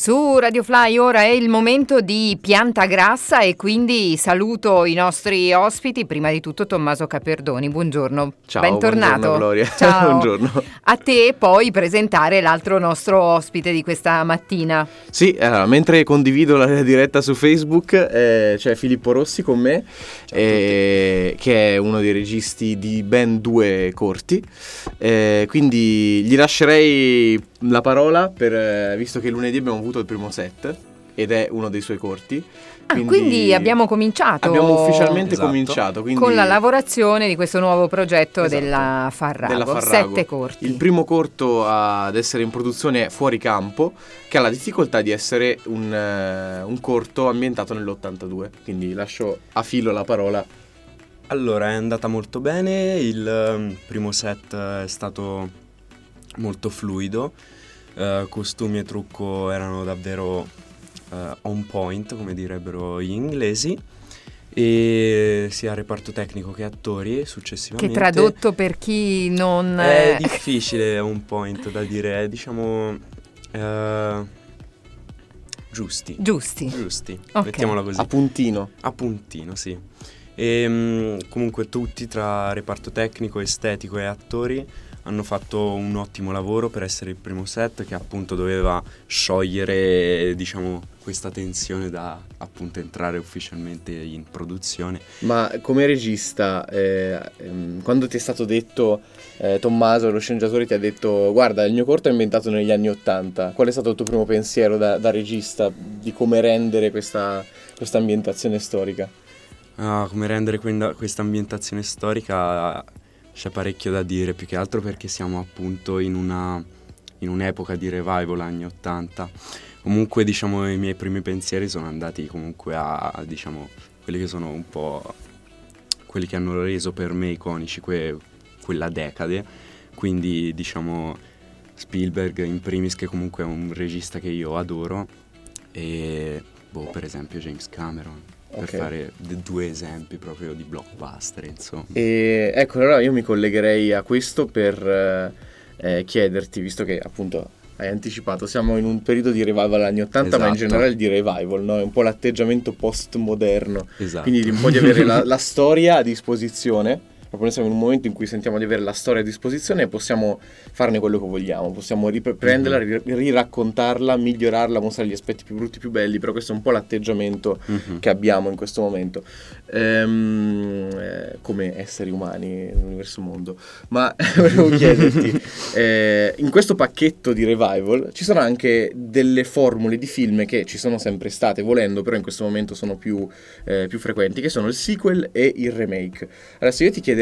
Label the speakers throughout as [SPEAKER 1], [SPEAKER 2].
[SPEAKER 1] Su Radio Fly ora è il momento di Pianta Grassa e quindi saluto i nostri ospiti, prima di tutto Tommaso Caperdoni, buongiorno.
[SPEAKER 2] Ciao,
[SPEAKER 1] bentornato.
[SPEAKER 2] Buongiorno Gloria.
[SPEAKER 1] Ciao.
[SPEAKER 2] Buongiorno.
[SPEAKER 1] A te poi presentare l'altro nostro ospite di questa mattina.
[SPEAKER 2] Sì, mentre condivido la diretta su Facebook c'è Filippo Rossi con me, che è uno dei registi di ben 2 corti, quindi gli lascerei la parola visto che lunedì abbiamo avuto il primo set ed è uno dei suoi corti.
[SPEAKER 1] Quindi abbiamo cominciato.
[SPEAKER 2] Abbiamo ufficialmente cominciato. Quindi
[SPEAKER 1] con la lavorazione di questo nuovo progetto della Farrago. 7 corti.
[SPEAKER 2] Il primo corto ad essere in produzione è Fuori Campo, che ha la difficoltà di essere un corto ambientato nell'82. Quindi lascio a Filo la parola.
[SPEAKER 3] Allora, è andata molto bene, il primo set è stato molto fluido, costumi e trucco erano davvero on point, come direbbero gli inglesi, e sia reparto tecnico che attori successivamente.
[SPEAKER 1] Che tradotto per chi non...
[SPEAKER 3] È difficile on point da dire, diciamo... giusti.
[SPEAKER 1] Okay.
[SPEAKER 3] Mettiamola così.
[SPEAKER 2] A puntino,
[SPEAKER 3] sì. E comunque tutti, tra reparto tecnico, estetico e attori, hanno fatto un ottimo lavoro per essere il primo set, che appunto doveva sciogliere, diciamo, questa tensione da appunto entrare ufficialmente in produzione.
[SPEAKER 2] Ma come regista, quando ti è stato detto, Tommaso, lo sceneggiatore, ti ha detto guarda, il mio corto è ambientato negli anni '80, qual è stato il tuo primo pensiero da regista di come rendere questa ambientazione storica?
[SPEAKER 3] Come rendere questa ambientazione storica, c'è parecchio da dire, più che altro perché siamo appunto in un'epoca di revival, anni '80. Comunque, diciamo, i miei primi pensieri sono andati comunque a diciamo, quelli che sono un po' quelli che hanno reso per me iconici quella decade. Quindi, diciamo, Spielberg in primis, che comunque è un regista che io adoro, e per esempio James Cameron. Per fare 2 esempi proprio di blockbuster, insomma.
[SPEAKER 2] E ecco, allora io mi collegherei a questo per chiederti, visto che appunto hai anticipato, siamo in un periodo di revival anni '80,
[SPEAKER 3] esatto.
[SPEAKER 2] Ma in generale di revival, no? È un po' l'atteggiamento postmoderno,
[SPEAKER 3] Esatto.
[SPEAKER 2] quindi un po' di avere la storia a disposizione. Proprio noi siamo in un momento in cui sentiamo di avere la storia a disposizione e possiamo farne quello che vogliamo, possiamo riprenderla, riraccontarla, migliorarla, mostrare gli aspetti più brutti, più belli, però questo è un po' l'atteggiamento che abbiamo in questo momento, come esseri umani nell'universo mondo. Ma volevo chiederti, in questo pacchetto di revival ci sono anche delle formule di film che ci sono sempre state, volendo, però in questo momento sono più frequenti, che sono il sequel e il remake. Adesso io ti chiederei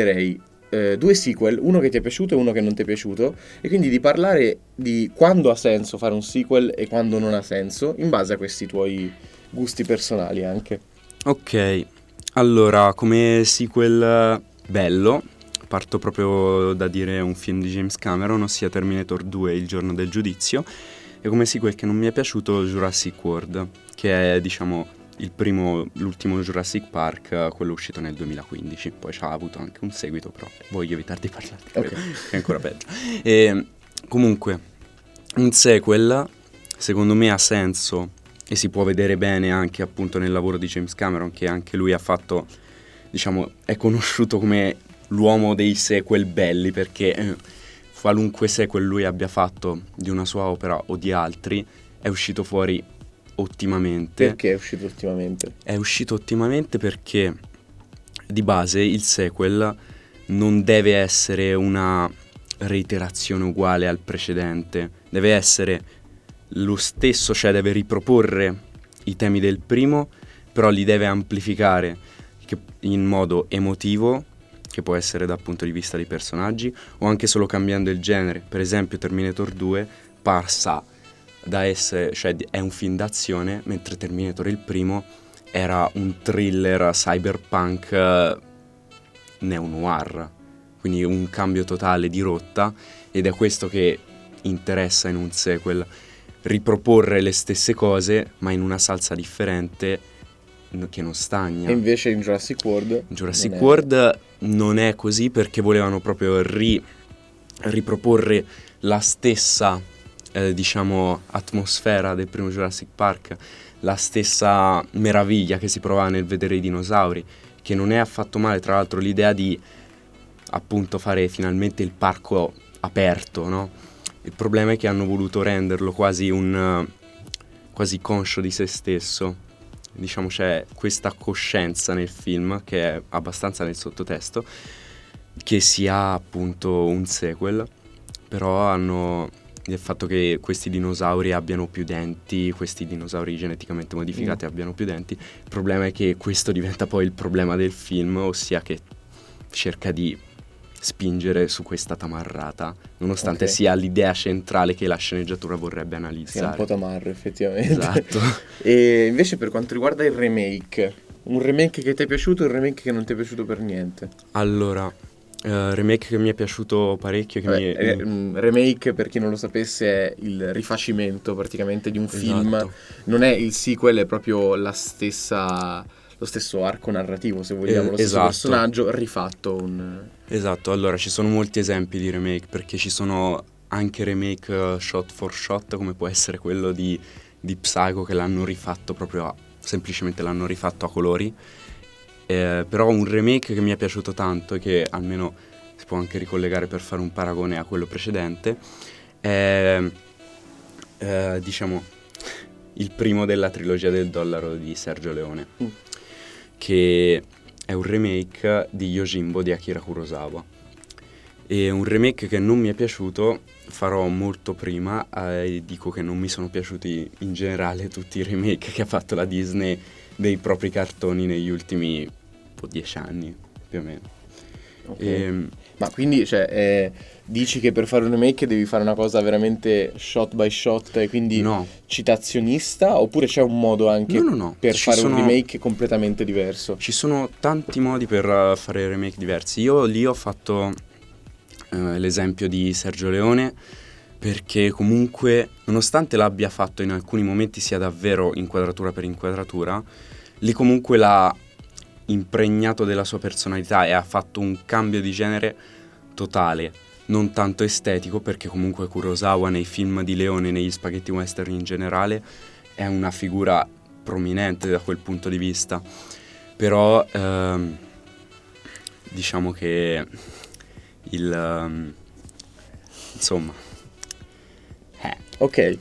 [SPEAKER 2] 2 sequel, uno che ti è piaciuto e uno che non ti è piaciuto, e quindi di parlare di quando ha senso fare un sequel e quando non ha senso, in base a questi tuoi gusti personali anche.
[SPEAKER 3] Ok, allora, come sequel bello, parto proprio da dire un film di James Cameron, ossia Terminator 2, Il giorno del giudizio, e come sequel che non mi è piaciuto Jurassic World, che è, diciamo, l'ultimo Jurassic Park, quello uscito nel 2015. Poi c'ha avuto anche un seguito, però voglio evitare di parlare di quello, che è ancora peggio. E comunque, un sequel secondo me ha senso e si può vedere bene anche appunto nel lavoro di James Cameron, che anche lui ha fatto, diciamo, è conosciuto come l'uomo dei sequel belli, perché qualunque sequel lui abbia fatto di una sua opera o di altri è uscito fuori ottimamente.
[SPEAKER 2] Perché è uscito ottimamente?
[SPEAKER 3] È uscito ottimamente perché di base il sequel non deve essere una reiterazione uguale al precedente, deve essere lo stesso, cioè deve riproporre i temi del primo, però li deve amplificare in modo emotivo, che può essere dal punto di vista dei personaggi o anche solo cambiando il genere. Per esempio Terminator 2 passa da essere, cioè è un film d'azione, mentre Terminator il primo era un thriller cyberpunk neo-noir, quindi un cambio totale di rotta, ed è questo che interessa in un sequel, riproporre le stesse cose ma in una salsa differente che non stagna.
[SPEAKER 2] E invece in Jurassic
[SPEAKER 3] World non è così, perché volevano proprio riproporre la stessa diciamo, atmosfera del primo Jurassic Park, la stessa meraviglia che si prova nel vedere i dinosauri, che non è affatto male, tra l'altro, l'idea di appunto fare finalmente il parco aperto, no? Il problema è che hanno voluto renderlo quasi quasi conscio di se stesso. Diciamo c'è questa coscienza nel film, che è abbastanza nel sottotesto, che sia appunto un sequel, però hanno il fatto che questi dinosauri abbiano più denti, questi dinosauri geneticamente modificati abbiano più denti. Il problema è che questo diventa poi il problema del film, ossia che cerca di spingere su questa tamarrata, nonostante sia l'idea centrale che la sceneggiatura vorrebbe analizzare.
[SPEAKER 2] Sì, un po' tamarro, effettivamente.
[SPEAKER 3] Esatto.
[SPEAKER 2] E invece per quanto riguarda il remake, un remake che ti è piaciuto e un remake che non ti è piaciuto per niente?
[SPEAKER 3] Allora, remake che mi è piaciciuto parecchio.
[SPEAKER 2] Remake, per chi non lo sapesse, è il rifacimento praticamente di un film.
[SPEAKER 3] Esatto.
[SPEAKER 2] Non è il sequel, è proprio lo stesso arco narrativo, se vogliamo, lo stesso
[SPEAKER 3] esatto.
[SPEAKER 2] personaggio rifatto.
[SPEAKER 3] Esatto, allora ci sono molti esempi di remake, perché ci sono anche remake shot for shot, come può essere quello di Psycho, che l'hanno rifatto semplicemente l'hanno rifatto a colori. Però un remake che mi è piaciuto tanto e che almeno si può anche ricollegare per fare un paragone a quello precedente è diciamo il primo della trilogia del dollaro di Sergio Leone, che è un remake di Yojimbo di Akira Kurosawa. È un remake che non mi è piaciuto, farò molto prima, e dico che non mi sono piaciuti in generale tutti i remake che ha fatto la Disney dei propri cartoni negli ultimi 10 anni, più o meno.
[SPEAKER 2] Okay. Ma quindi, dici che per fare un remake devi fare una cosa veramente shot by shot e quindi citazionista, oppure c'è un modo anche per fare un remake completamente diverso?
[SPEAKER 3] Ci sono tanti modi per fare remake diversi. Io lì ho fatto l'esempio di Sergio Leone, perché comunque, nonostante l'abbia fatto in alcuni momenti sia davvero inquadratura per inquadratura, lì comunque l'ha impregnato della sua personalità e ha fatto un cambio di genere totale, non tanto estetico, perché comunque Kurosawa nei film di Leone, negli spaghetti western in generale, è una figura prominente da quel punto di vista. Però diciamo che insomma
[SPEAKER 2] ok.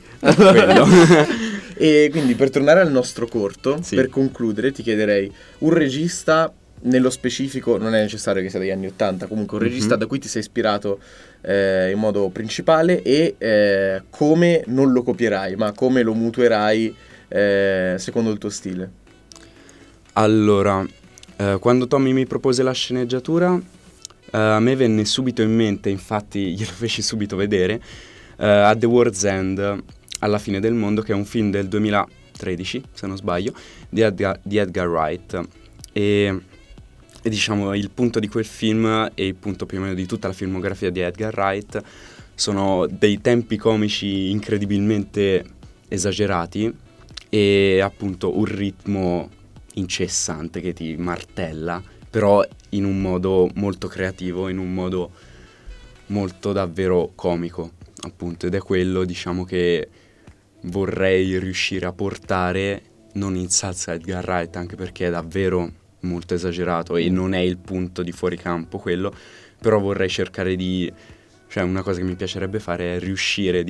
[SPEAKER 2] E quindi, per tornare al nostro corto, per concludere ti chiederei un regista, nello specifico non è necessario che sia degli anni 80, comunque un regista da cui ti sei ispirato in modo principale, e come non lo copierai, ma come lo mutuerai secondo il tuo stile.
[SPEAKER 3] Allora, quando Tommy mi propose la sceneggiatura, a me venne subito in mente, infatti glielo feci subito vedere, At the World's End, alla fine del mondo, che è un film del 2013, se non sbaglio, di Edgar Wright. E diciamo il punto di quel film, e il punto più o meno di tutta la filmografia di Edgar Wright, sono dei tempi comici incredibilmente esagerati e appunto un ritmo incessante che ti martella, però in un modo molto creativo, in un modo molto davvero comico, appunto, ed è quello, diciamo, che vorrei riuscire a portare, non in salsa Edgar Wright, anche perché è davvero molto esagerato e non è il punto di fuoricampo quello, però vorrei cercare di, una cosa che mi piacerebbe fare è riuscire,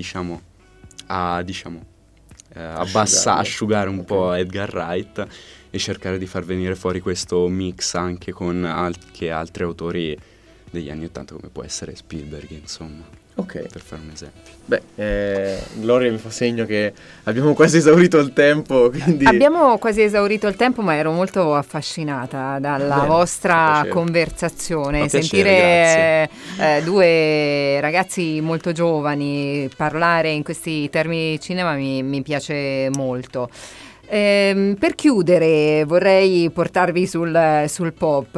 [SPEAKER 3] asciugare un po' Edgar Wright e cercare di far venire fuori questo mix anche con altri autori degli anni 80, come può essere Spielberg, insomma.
[SPEAKER 2] Ok.
[SPEAKER 3] Per fare un esempio.
[SPEAKER 2] Gloria mi fa segno che abbiamo quasi esaurito il tempo, quindi...
[SPEAKER 1] Abbiamo quasi esaurito il tempo, ma ero molto affascinata dalla vostra conversazione. Sentire due ragazzi molto giovani parlare in questi termini di cinema mi piace molto. Per chiudere vorrei portarvi sul pop.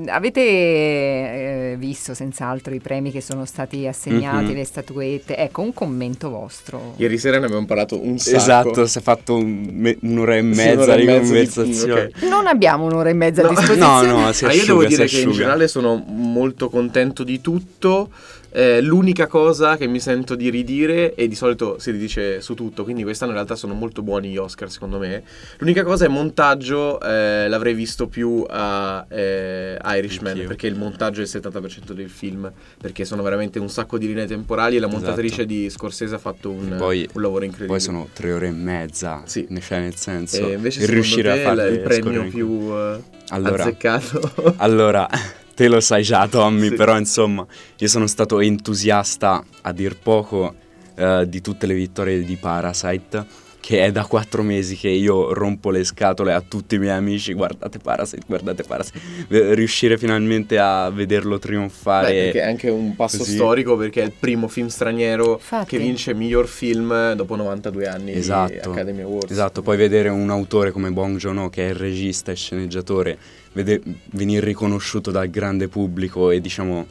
[SPEAKER 1] Avete visto senz'altro i premi che sono stati assegnati, le statuette? Ecco, un commento vostro.
[SPEAKER 2] Ieri sera ne abbiamo parlato un sacco.
[SPEAKER 3] Esatto, si è fatto un'ora e mezza di conversazione.
[SPEAKER 1] Okay. Non abbiamo un'ora e mezza a disposizione.
[SPEAKER 3] No, si asciuga,
[SPEAKER 2] io devo dire che in generale sono molto contento di tutto. L'unica cosa che mi sento di ridire, e di solito si ridice su tutto, quindi quest'anno in realtà sono molto buoni gli Oscar secondo me, l'unica cosa è montaggio. L'avrei visto più a Irishman. Anch'io. Perché il montaggio è il 70% del film, perché sono veramente un sacco di linee temporali e la montatrice di Scorsese ha fatto un lavoro incredibile.
[SPEAKER 3] Poi sono 3 ore e mezza,
[SPEAKER 2] sì.
[SPEAKER 3] Cioè nel senso,
[SPEAKER 2] invece
[SPEAKER 3] riuscire a fare
[SPEAKER 2] il premio più azzeccato.
[SPEAKER 3] Allora te lo sai già, Tommy,
[SPEAKER 2] sì.
[SPEAKER 3] Però insomma io sono stato entusiasta a dir poco di tutte le vittorie di Parasite, che è da 4 mesi che io rompo le scatole a tutti i miei amici: guardate Parasite. Riuscire finalmente a vederlo trionfare.
[SPEAKER 2] Perché è anche un passo
[SPEAKER 3] così
[SPEAKER 2] storico, perché è il primo film straniero che vince miglior film dopo 92 anni di Academy Awards.
[SPEAKER 3] Esatto, poi vedere un autore come Bong Joon-ho, che è il regista e sceneggiatore, venire riconosciuto dal grande pubblico e diciamo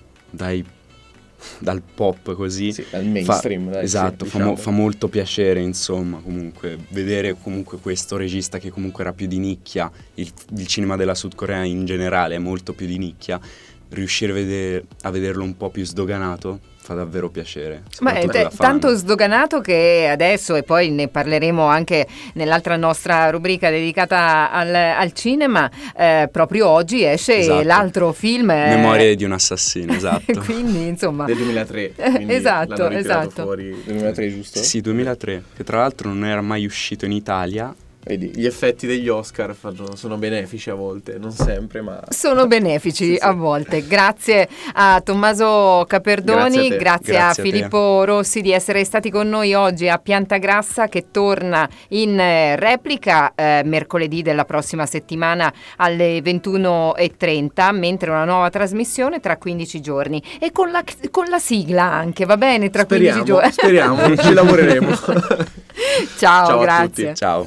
[SPEAKER 3] dal pop così,
[SPEAKER 2] sì, dal mainstream,
[SPEAKER 3] esatto, fa molto piacere, insomma. Comunque vedere comunque questo regista, che comunque era più di nicchia, il cinema della Sud Corea in generale è molto più di nicchia, riuscire a vederlo un po' più sdoganato fa davvero piacere.
[SPEAKER 1] Ma è tanto sdoganato che adesso, e poi ne parleremo anche nell'altra nostra rubrica dedicata al cinema, proprio oggi esce l'altro film,
[SPEAKER 3] Memorie di un assassino, esatto.
[SPEAKER 1] Quindi insomma
[SPEAKER 2] del 2003,
[SPEAKER 1] esatto.
[SPEAKER 2] Fuori 2003, giusto?
[SPEAKER 3] Sì, 2003, che tra l'altro non era mai uscito in Italia.
[SPEAKER 2] Vedi, gli effetti degli Oscar sono benefici a volte, non sempre, ma
[SPEAKER 1] sono benefici a volte. Grazie a Tommaso Caperdoni, grazie a Filippo Rossi di essere stati con noi oggi a Piantagrassa, che torna in replica mercoledì della prossima settimana alle 21:30, mentre una nuova trasmissione tra 15 giorni e con la sigla anche, va bene? Tra 15 giorni.
[SPEAKER 2] Speriamo, ci lavoreremo.
[SPEAKER 1] Ciao, grazie.
[SPEAKER 3] A tutti. Ciao.